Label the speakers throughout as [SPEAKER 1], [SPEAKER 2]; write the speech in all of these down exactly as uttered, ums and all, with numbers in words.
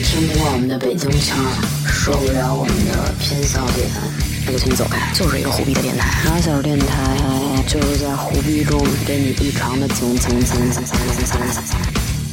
[SPEAKER 1] 听不惯我们的北京腔，受不了我们的偏笑点，那就请你走开。就是一个虎逼的电台，马小电台就是在虎逼中给你异常的蹭蹭蹭蹭蹭蹭蹭蹭蹭。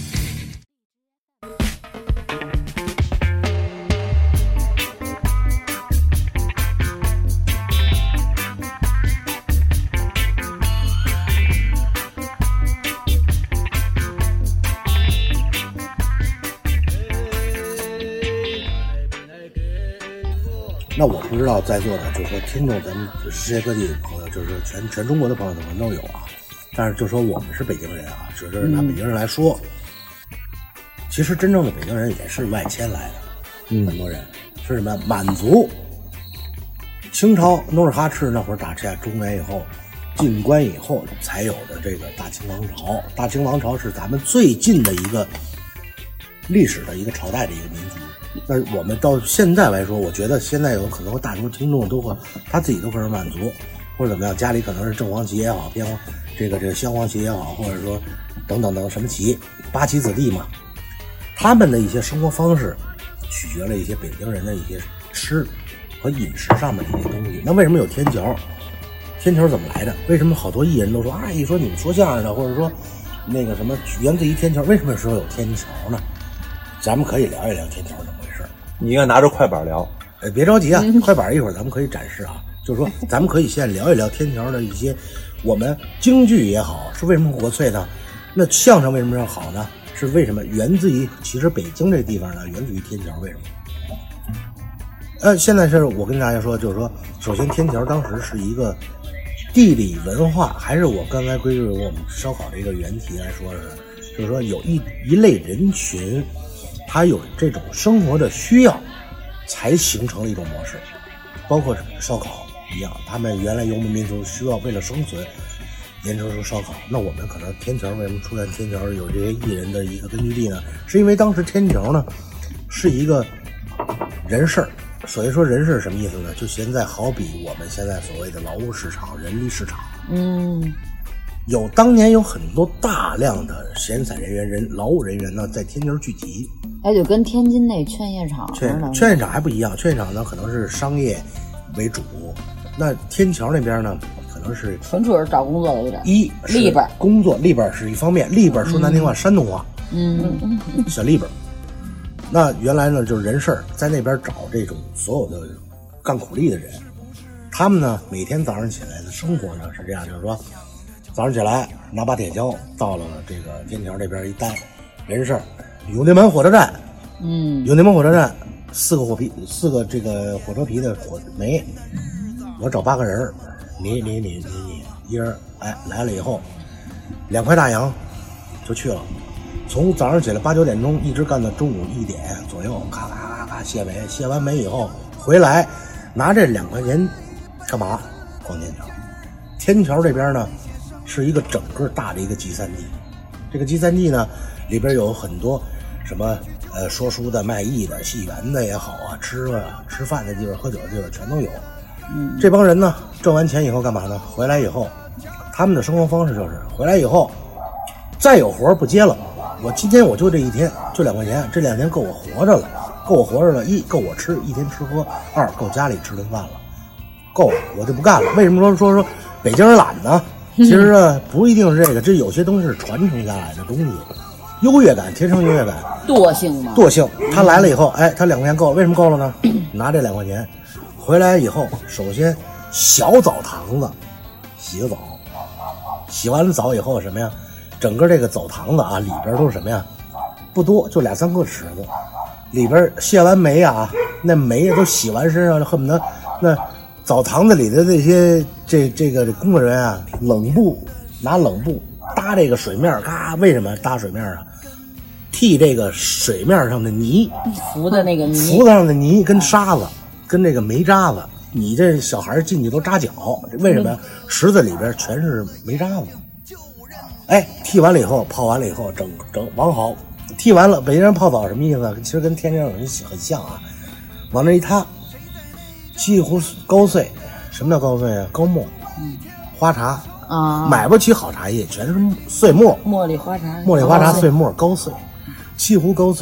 [SPEAKER 2] 那我不知道在座的就是说听众，咱们世界各地朋友，就是全全中国的朋友可能都有啊。但是就说我们是北京人啊，只是拿北京人来说，嗯、其实真正的北京人也是外迁来的，嗯、很多人是什么满族。清朝努尔哈赤那会儿打下中原以后，进关以后才有的这个大清王朝。大清王朝是咱们最近的一个历史的一个朝代的一个民族。那我们到现在来说，我觉得现在有很多大多听众都会他自己都可能满足，或者怎么样，家里可能是正黄旗也好，偏黄这个这个镶黄旗也好，或者说等等等什么旗，八旗子弟嘛，他们的一些生活方式取决了一些北京人的一些吃和饮食上面的一些东西。那为什么有天桥？天桥怎么来的？为什么好多艺人都说啊，一说你们说相声的，或者说那个什么源自于天桥，为什么说有天桥呢？咱们可以聊一聊天桥怎么回事。
[SPEAKER 3] 你应该拿着快板聊。
[SPEAKER 2] 哎，别着急啊，快板一会儿咱们可以展示啊。就是说，咱们可以先聊一聊天桥的一些，我们京剧也好，是为什么国粹呢？那相声为什么要好呢？是为什么？源自于其实北京这地方呢，源自于天桥。为什么？呃，现在是我跟大家说，就是说，首先天桥当时是一个地理文化，还是我刚才归入我们烧烤这个原题来说是，就是说有一一类人群。他有这种生活的需要，才形成了一种模式，包括烧烤一样，他们原来游牧民族需要为了生存，研究出烧烤。那我们可能天桥为什么出现天桥有这些艺人的一个根据地呢？是因为当时天桥呢是一个人事儿，所以说人事什么意思呢？就现在好比我们现在所谓的劳务市场、人力市场，嗯。有当年有很多大量的闲散人员、人劳务人员呢，在天桥聚集。
[SPEAKER 4] 哎，就跟天津那劝业场似的。
[SPEAKER 2] 劝业场还不一样，劝业场呢可能是商业为主，那天桥那边呢可能是
[SPEAKER 4] 纯属是找工作的有点。
[SPEAKER 2] 一
[SPEAKER 4] 利本
[SPEAKER 2] 工作，利本是一方面，利本说难听话，嗯、山东话，
[SPEAKER 4] 嗯嗯嗯，
[SPEAKER 2] 小利本。那原来呢就是人事儿在那边找这种所有的干苦力的人，他们呢每天早上起来的生活呢是这样，就是说。早上起来拿把铁锹到了这个天桥这边一待，人事永定门火车站，嗯，永定门火车站四个火皮四个这个火车皮的火煤，我找八个人，你你你你你一人，哎来了以后，两块大洋就去了，从早上起来八九点钟一直干到中午一点左右，咔咔咔咔卸煤，卸完煤以后回来拿这两块钱干嘛？逛天桥。天桥这边呢。是一个整个大的一个集散地，这个集散地呢，里边有很多什么呃说书的、卖艺的、戏园的也好啊，吃啊吃饭的地方、喝酒的地方全都有。嗯，这帮人呢挣完钱以后干嘛呢？回来以后，他们的生活方式就是回来以后，再有活不接了。我今天我就这一天，就两块钱，这两天够我活着了，够我活着了。一够我吃一天吃喝，二够家里吃顿饭了，够了我就不干了。为什么说说说北京人懒呢？其实呢，不一定是这个，这有些东西是传承下来的东西，优越感，天生优越感，
[SPEAKER 4] 惰性嘛，
[SPEAKER 2] 惰性。他来了以后，哎，他两块钱够了，为什么够了呢？拿这两块钱回来以后，首先小澡堂子洗个澡，洗完了澡以后什么呀？整个这个澡堂子啊，里边都是什么呀？不多，就俩三个池子，里边卸完煤啊，那煤都洗完身上，恨不得那。澡堂子里的这些这这个工作人员啊，冷布拿冷布搭这个水面，嘎，为什么搭水面啊？替这个水面上的泥
[SPEAKER 4] 浮的那个泥，
[SPEAKER 2] 浮上的泥跟沙子，跟这个煤渣子，你这小孩进去都扎脚，为什么呀？池子里边全是煤渣子。哎，剃完了以后，泡完了以后，整整往好，剃完了，北京人泡澡什么意思？其实跟天津人很像啊，往那一塌。西湖高碎，什么叫高碎啊？高沫，嗯，花茶啊，买不起好茶叶，全是碎沫，
[SPEAKER 4] 茉莉花茶，
[SPEAKER 2] 茉莉花茶碎沫高碎，西湖高碎，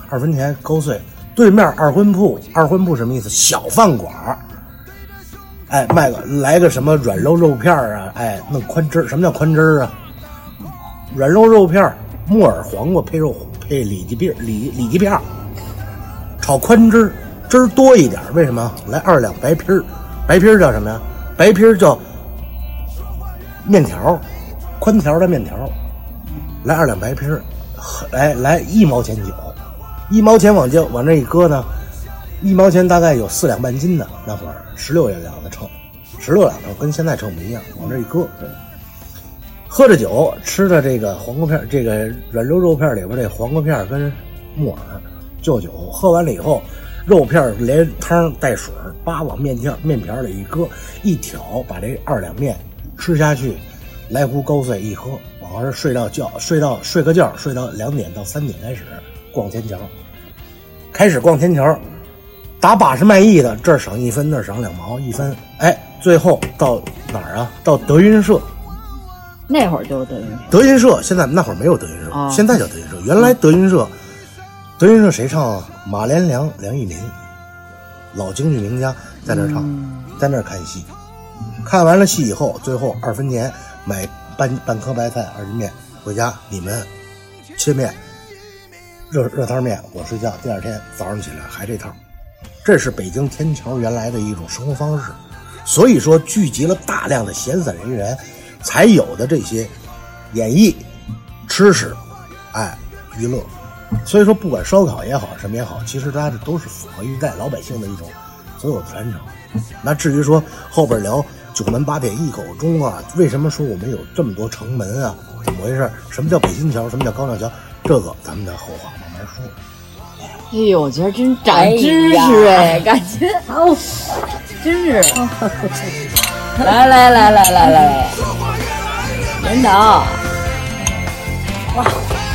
[SPEAKER 2] 二分钱勾碎。对面二荤铺，二荤铺什么意思？小饭馆。哎，卖个来个什么软肉肉片啊，哎，弄宽汁。什么叫宽汁啊？软肉肉片，木耳黄瓜配肉配里脊片，里里脊片，炒宽汁，汁儿多一点。为什么？来二两白皮儿，白皮儿叫什么呀？白皮儿叫面条，宽条的面条。来二两白皮儿，来来一毛钱酒，一毛钱往就往这一搁呢。一毛钱大概有四两半斤的，那会儿十六两的秤，十六两的跟现在秤不一样，往这一搁，喝着酒，吃着这个黄瓜片，这个软肉肉片里边这黄瓜片跟木耳就酒，喝完了以后，肉片连汤带水，叭往面条面条里一搁，一挑，把这二两面吃下去，来壶勾碎一喝，往这睡到觉，睡到睡个觉，睡到两点到三点开始逛天桥，开始逛天桥。打把式卖艺的，这儿省一分，那儿省两毛一分，哎，最后到哪儿啊？到德云社。
[SPEAKER 4] 那会儿就是德云社。
[SPEAKER 2] 德云社现在那会儿没有德云社，
[SPEAKER 4] 哦、
[SPEAKER 2] 现在叫德云社。原来德云社，嗯、德云社谁唱啊？马连良、梁奕民，老京剧名家在那儿唱，嗯、在那儿看戏。看完了戏以后，最后二分钱买半半颗白菜二斤面回家，你们切面、热热汤面，我睡觉。第二天早上起来还这套。这是北京天桥原来的一种生活方式，所以说聚集了大量的闲散人员才有的这些演艺、吃食、哎娱乐。所以说不管烧烤也好什么也好，其实大家都是符合一代老百姓的一种所有的传承。那至于说后边聊九门八点一口钟啊，为什么说我们有这么多城门啊，怎么回事？什么叫北新桥？什么叫高亮桥？这个咱们在后话慢慢说。
[SPEAKER 4] 哎呦，我觉得真长知识哎，感觉哦，真是。来来来来来来，领导，哇！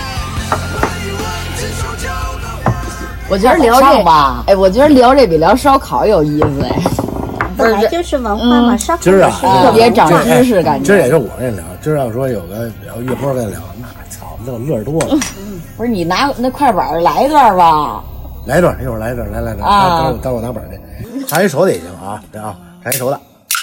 [SPEAKER 4] 我觉得聊这吧，哎，我觉得聊这比聊烧烤有意思哎。
[SPEAKER 3] 本来就是文化嘛，烧烤
[SPEAKER 2] 今儿啊
[SPEAKER 4] 特别长知识感觉。
[SPEAKER 2] 今儿也是我跟你聊，今儿要说有个聊月波跟你聊，那操，那乐多了。
[SPEAKER 4] 不是你拿那快板来一段吧？
[SPEAKER 2] 来一段，一会儿来一段，来来来，
[SPEAKER 4] 啊、
[SPEAKER 2] 待会儿我拿本去，唱一熟的也行啊，对啊，唱一熟的。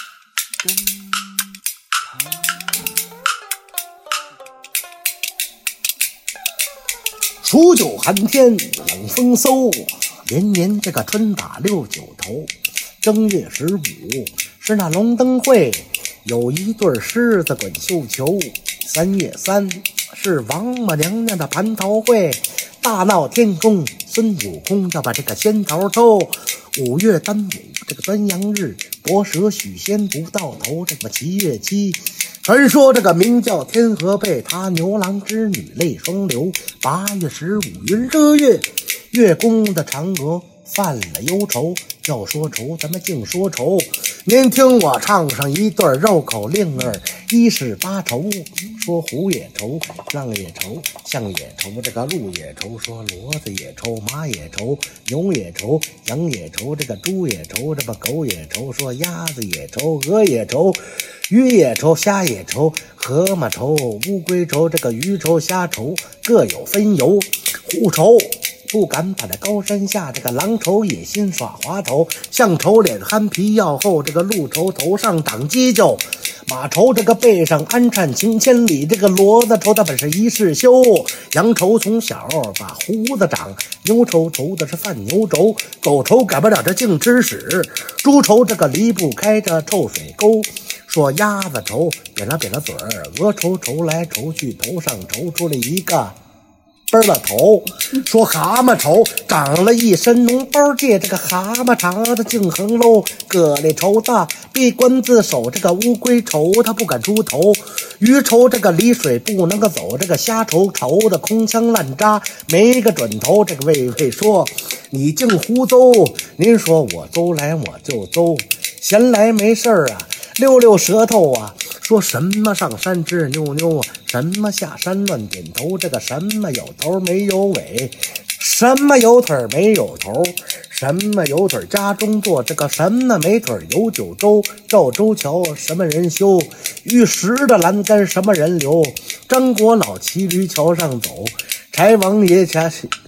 [SPEAKER 2] 数九寒天冷风嗖，连年这个春打六九头。正月十五是那龙灯会，有一对狮子滚绣球。三月三是王母娘娘的蟠桃会，大闹天宫，孙悟空要把这个仙桃抽。五月端午这个端阳日，博蛇许仙不到头。这个七月七，传说这个名叫天河背，他牛郎织女泪双流。八月十五云遮月，月宫的嫦娥犯了忧愁。要说愁，咱们净说愁。您听我唱上一段绕口令儿，一是八愁，说虎也愁，狼也愁，象也愁，这个鹿也愁，说骡子也愁，马也愁，牛也愁，羊也愁，这个猪也愁，这个狗也愁，说鸭子也愁，鹅也愁，鱼也愁，虾也愁，河马愁，乌龟愁，这个鱼愁，虾愁，各有分由。虎愁不敢把这高山下，这个狼愁野心耍滑头，象愁脸憨皮要厚，这个鹿愁头上长犄角，马愁这个背上安颤行千里，这个骡子愁他本是一世休，羊愁从小把胡子长，牛愁愁的是犯牛轴，狗愁改不了这净吃屎，猪愁这个离不开这臭水沟。说鸭子愁扁了扁了嘴儿，鹅愁愁来愁去，头上愁出了一个奔了头。说蛤蟆愁长了一身脓包界，这个蛤蟆长的净横喽。蛤蜊愁的闭关自守，这个乌龟愁他不敢出头。鱼愁这个离水不能够走，这个虾愁愁的空腔烂渣没个准头。这个魏魏说你净胡诌，您说我诌来我就诌，闲来没事儿啊溜溜舌头啊，说什么上山吃妞妞啊，什么下山乱点头，这个什么有头没有尾，什么有腿没有头，什么有腿家中坐，这个什么没腿有九州，赵州桥什么人修，玉石的栏杆什么人留，张国老骑驴桥上走，柴王爷家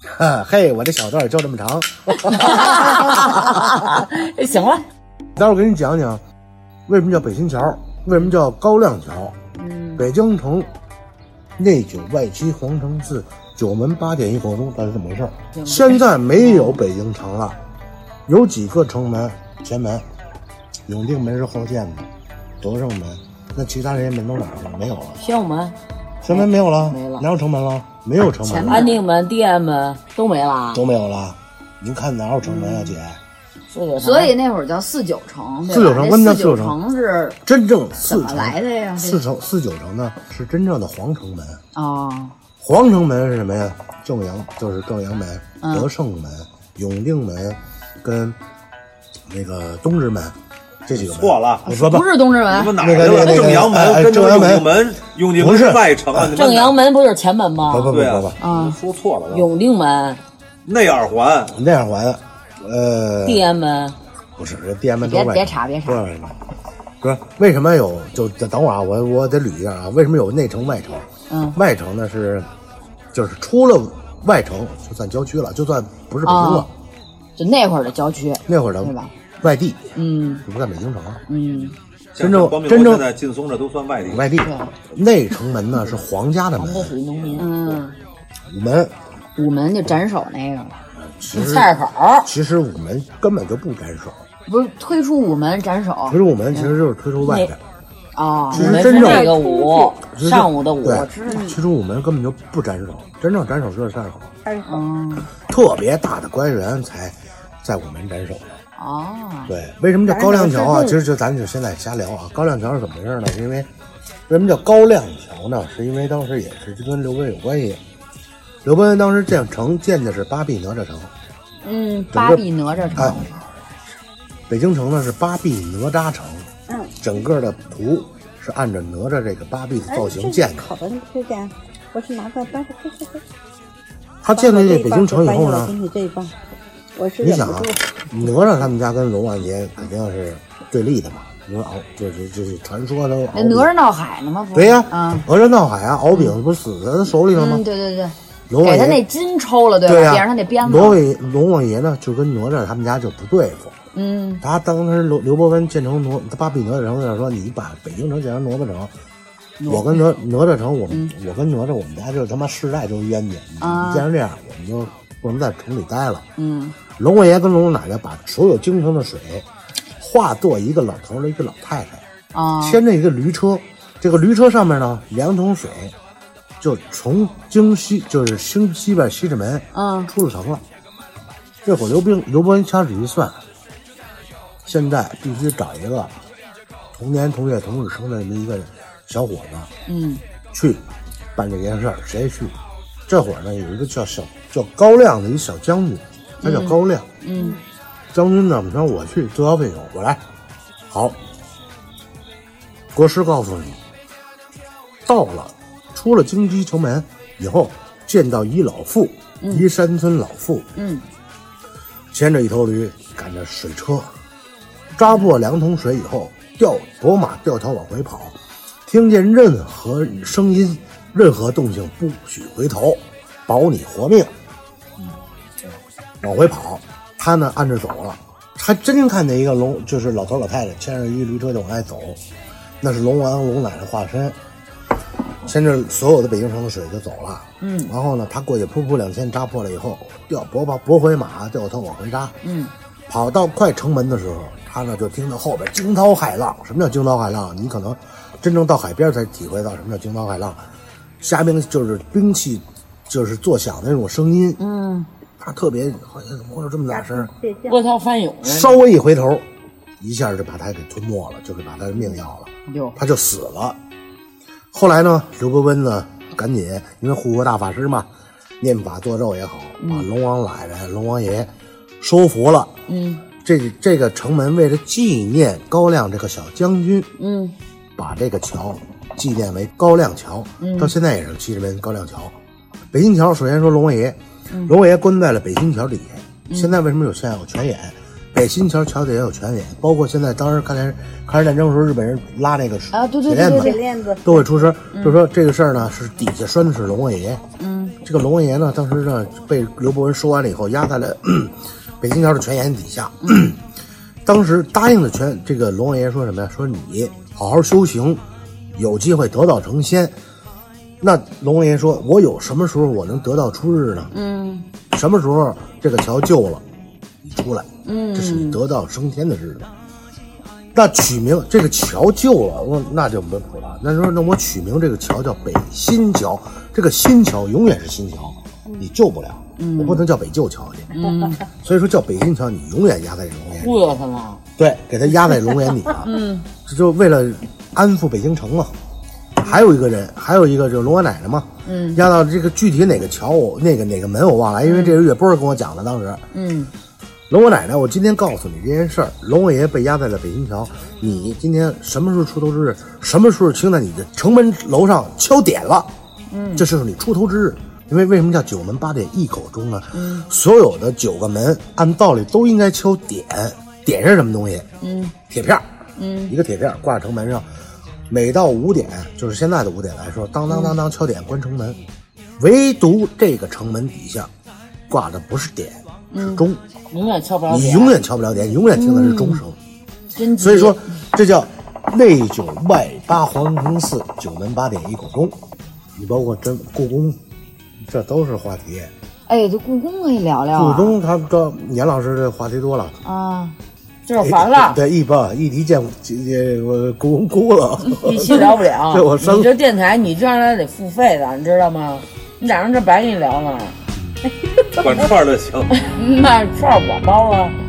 [SPEAKER 2] 嘿，我这小段就这么长。
[SPEAKER 4] 行了，
[SPEAKER 2] 待会儿我给你讲讲，为什么叫北新桥，为什么叫高亮桥。嗯，北京城内九外七皇城四九门八点一火钟，到底怎么回事？现在没有北京城了，有几个城门，前门、永定门是后建的，德胜门，那其他这些门都哪儿了？没有了。
[SPEAKER 4] 宣武门。
[SPEAKER 2] 宣门没有了，
[SPEAKER 4] 没了，
[SPEAKER 2] 哪有城门了？没有城门了。
[SPEAKER 4] 安定门、地安门都没了，
[SPEAKER 2] 都没有了。您看哪有城门啊，姐？
[SPEAKER 5] 所以那会儿叫四九城，
[SPEAKER 2] 四九城，温的四九
[SPEAKER 5] 城是
[SPEAKER 2] 真正四
[SPEAKER 5] 城来的呀？
[SPEAKER 2] 四城四九城呢是真正的皇城门
[SPEAKER 5] 哦。
[SPEAKER 2] 皇城门是什么呀？正阳就是正阳门、德胜门、永定门跟那个东直门。这几个
[SPEAKER 6] 错了，
[SPEAKER 2] 我说
[SPEAKER 5] 不是东直门，
[SPEAKER 6] 你们哪来的？正阳门跟永定门，永定门是外城啊。
[SPEAKER 4] 正阳门不就是前门吗？
[SPEAKER 2] 不不不不
[SPEAKER 5] 啊，
[SPEAKER 6] 说错了。
[SPEAKER 4] 永定门、
[SPEAKER 6] 内耳环、
[SPEAKER 2] 内耳环，呃，
[SPEAKER 4] 地安门
[SPEAKER 2] 不是，这地安门都
[SPEAKER 5] 别别查别查。
[SPEAKER 2] 不是为什么有？就等会儿啊，我我得捋一下啊。为什么有内城外城？
[SPEAKER 5] 嗯，
[SPEAKER 2] 外城呢是，就是出了外城就算郊区了，就算不是北京了，
[SPEAKER 5] 就那会儿的郊区，
[SPEAKER 2] 那会儿的
[SPEAKER 5] 对吧？
[SPEAKER 2] 外地，
[SPEAKER 5] 嗯，
[SPEAKER 2] 就不在北京城了，
[SPEAKER 5] 嗯，
[SPEAKER 2] 真正真正
[SPEAKER 6] 现在劲松这都算外地，
[SPEAKER 2] 外地。内城门呢是皇家的门，
[SPEAKER 4] 都属于农民。
[SPEAKER 5] 嗯，
[SPEAKER 2] 午门，
[SPEAKER 5] 午门就斩首那个，
[SPEAKER 2] 其实
[SPEAKER 4] 菜市口，
[SPEAKER 2] 其实午门根本就不斩首，
[SPEAKER 5] 不是推出午门斩首，
[SPEAKER 2] 推出午门其实就是推出外边。
[SPEAKER 5] 哦，
[SPEAKER 2] 其实真正
[SPEAKER 4] 那个午，上午的午，
[SPEAKER 2] 对，其实午门根本就不斩首，真正斩首就是菜市口，
[SPEAKER 5] 嗯，
[SPEAKER 2] 特别大的官员才在午门斩首的。
[SPEAKER 5] 哦，
[SPEAKER 2] 对，为什么叫高亮桥啊？其实就咱就现在瞎聊啊。高亮桥是怎么回事呢？是因为为什么叫高亮桥呢？是因为当时也是跟刘奔有关系。刘奔当时建城建的是八臂哪吒城，
[SPEAKER 5] 嗯，八臂哪吒城。
[SPEAKER 2] 哎，北京城呢是八臂哪吒城，嗯，整个的图是按照哪吒这个八臂的造型建的。
[SPEAKER 3] 好的，你推荐，我是拿个搬着，快快快。
[SPEAKER 2] 他建立这北京城以后呢？
[SPEAKER 3] 你这一棒。
[SPEAKER 2] 你想啊，哪吒他们家跟龙王爷肯定是对立的嘛？你说敖，就是就是传说的。
[SPEAKER 5] 那哪吒闹海呢吗？
[SPEAKER 2] 对呀，
[SPEAKER 5] 啊，
[SPEAKER 2] 哪吒闹海啊，敖丙不是死在他手里了吗？
[SPEAKER 5] 嗯，对对对，
[SPEAKER 2] 龙王爷
[SPEAKER 5] 给他那筋抽了，对
[SPEAKER 2] 吧？
[SPEAKER 5] 别让他那鞭子。
[SPEAKER 2] 龙王龙王爷呢，就跟哪吒他们家就不对付。
[SPEAKER 5] 嗯，
[SPEAKER 2] 他当时刘刘伯温建成哪他八臂哪吒城那说，你把北京城建成哪吒城。我跟哪哪吒城，我们、嗯、我跟哪吒，我们家就是他妈世代就是冤家。
[SPEAKER 5] 啊，
[SPEAKER 2] 你既然这样，我们就不能在城里待了。
[SPEAKER 5] 嗯。
[SPEAKER 2] 龙王爷跟龙奶奶把所有京城的水化作一个老头的一个老太太
[SPEAKER 5] 啊，
[SPEAKER 2] 牵着一个驴车，这个驴车上面呢两桶水，就从京西就是京西边西直门
[SPEAKER 5] 嗯
[SPEAKER 2] 出了城了。这会儿刘冰刘伯温掐指一算，现在必须找一个同年同月同日生的这么一个小伙子，
[SPEAKER 5] 嗯，
[SPEAKER 2] 去办这件事儿，谁去？这会儿呢有一个叫小叫高亮的一小将军。他叫高亮，
[SPEAKER 5] 嗯，
[SPEAKER 2] 将军呢，你说我去做交费用，我来，好。国师告诉你，到了出了京畿城门以后，见到一老妇，
[SPEAKER 5] 嗯、
[SPEAKER 2] 一山村老妇，
[SPEAKER 5] 嗯，
[SPEAKER 2] 牵着一头驴，赶着水车，扎破两桶水以后，掉拨马掉头往回跑，听见任何声音、任何动静，不许回头，保你活命。往回跑，他呢按着走了，还真看见一个龙，就是老头老太太牵着一驴车就往外走，那是龙王龙奶奶化身，牵着所有的北京城的水就走了。
[SPEAKER 5] 嗯，
[SPEAKER 2] 然后呢，他过去噗噗两千扎破了以后，掉拨把拨回马，掉头往回扎。
[SPEAKER 5] 嗯，
[SPEAKER 2] 跑到快城门的时候，他呢就听到后边惊涛骇浪。什么叫惊涛骇浪？你可能真正到海边才体会到什么叫惊涛骇浪。虾兵就是兵器，就是作响的那种声音。
[SPEAKER 5] 嗯。
[SPEAKER 2] 他特别好像怎么会有这么大声？
[SPEAKER 4] 波涛翻涌，
[SPEAKER 2] 稍微一回头，一下就把他给吞没了，就给把他的命要了，他就死了。后来呢，刘伯温呢，赶紧因为护国大法师嘛，念法作咒也好，把龙王奶奶、龙王爷收服了。
[SPEAKER 5] 嗯，
[SPEAKER 2] 这这个城门为了纪念高亮这个小将军，
[SPEAKER 5] 嗯，
[SPEAKER 2] 把这个桥纪念为高亮桥，
[SPEAKER 5] 嗯，
[SPEAKER 2] 到现在也是西直门高亮桥。北新桥首先说龙王爷。龙王爷关在了北新桥底下，嗯、现在为什么有现在有泉眼？ 北新桥桥底下有泉眼，包括现在当时抗战抗日战争的时候，日本人拉那个
[SPEAKER 5] 啊，对对
[SPEAKER 2] 铁链子，
[SPEAKER 3] 铁链子
[SPEAKER 2] 都会出声，就说这个事儿呢是底下拴的是龙王爷，嗯，这个龙王爷呢当时呢被刘伯温说完了以后，压在了北新桥的泉眼底下，嗯、当时答应的泉这个龙王爷说什么呀？说你好好修行，有机会得道成仙。那龙王爷说：“我有什么时候我能得道出日呢？嗯，什么时候这个桥救了，你出来，嗯，这是你得道升天的日子。那取名这个桥救了，我那就没谱了。那说那我取名这个桥叫北新桥，这个新桥永远是新桥，你救不了，嗯、我不能叫北旧桥去。嗯，所以说叫北新桥，你永远压在龙眼里。
[SPEAKER 5] 饿他了，
[SPEAKER 2] 对，给他压在龙眼里了。嗯，这就为了安抚北京城嘛。”还有一个人，还有一个就是龙王奶奶嘛，嗯，压到这个具体哪个桥，我那个哪个门我忘了，因为这是岳波跟我讲的当时，嗯，龙王奶奶，我今天告诉你这件事儿，龙王爷被压在了北新桥，你今天什么时候出头之日，什么时候请在你的城门楼上敲点了，嗯，这就是你出头之日。因为为什么叫九门八点一口钟呢？嗯，所有的九个门按道理都应该敲点，点是什么东西？嗯，铁片，嗯，一个铁片挂在城门上。每到五点，就是现在的五点来说，当当当当敲点关城门，唯独这个城门底下挂的不是点，是钟，
[SPEAKER 5] 永远敲不了点，
[SPEAKER 2] 你永远敲不了点，永远听的是钟声。
[SPEAKER 5] 真
[SPEAKER 2] 所以说，这叫内九外八皇城四，九门八点一口钟。你包括真故宫，这都是话题。
[SPEAKER 5] 哎，这故宫可以聊聊、啊。
[SPEAKER 2] 故宫他这严老师这话题多了
[SPEAKER 5] 啊。就是烦了，
[SPEAKER 2] 对，一般一提见见我哭哭了，
[SPEAKER 5] 一期聊不了。
[SPEAKER 2] 对我生
[SPEAKER 5] 你这电台，你这样来得付费的，你知道吗？你俩人这白跟你聊呢，
[SPEAKER 6] 管串儿就行，
[SPEAKER 5] 那串儿我包啊。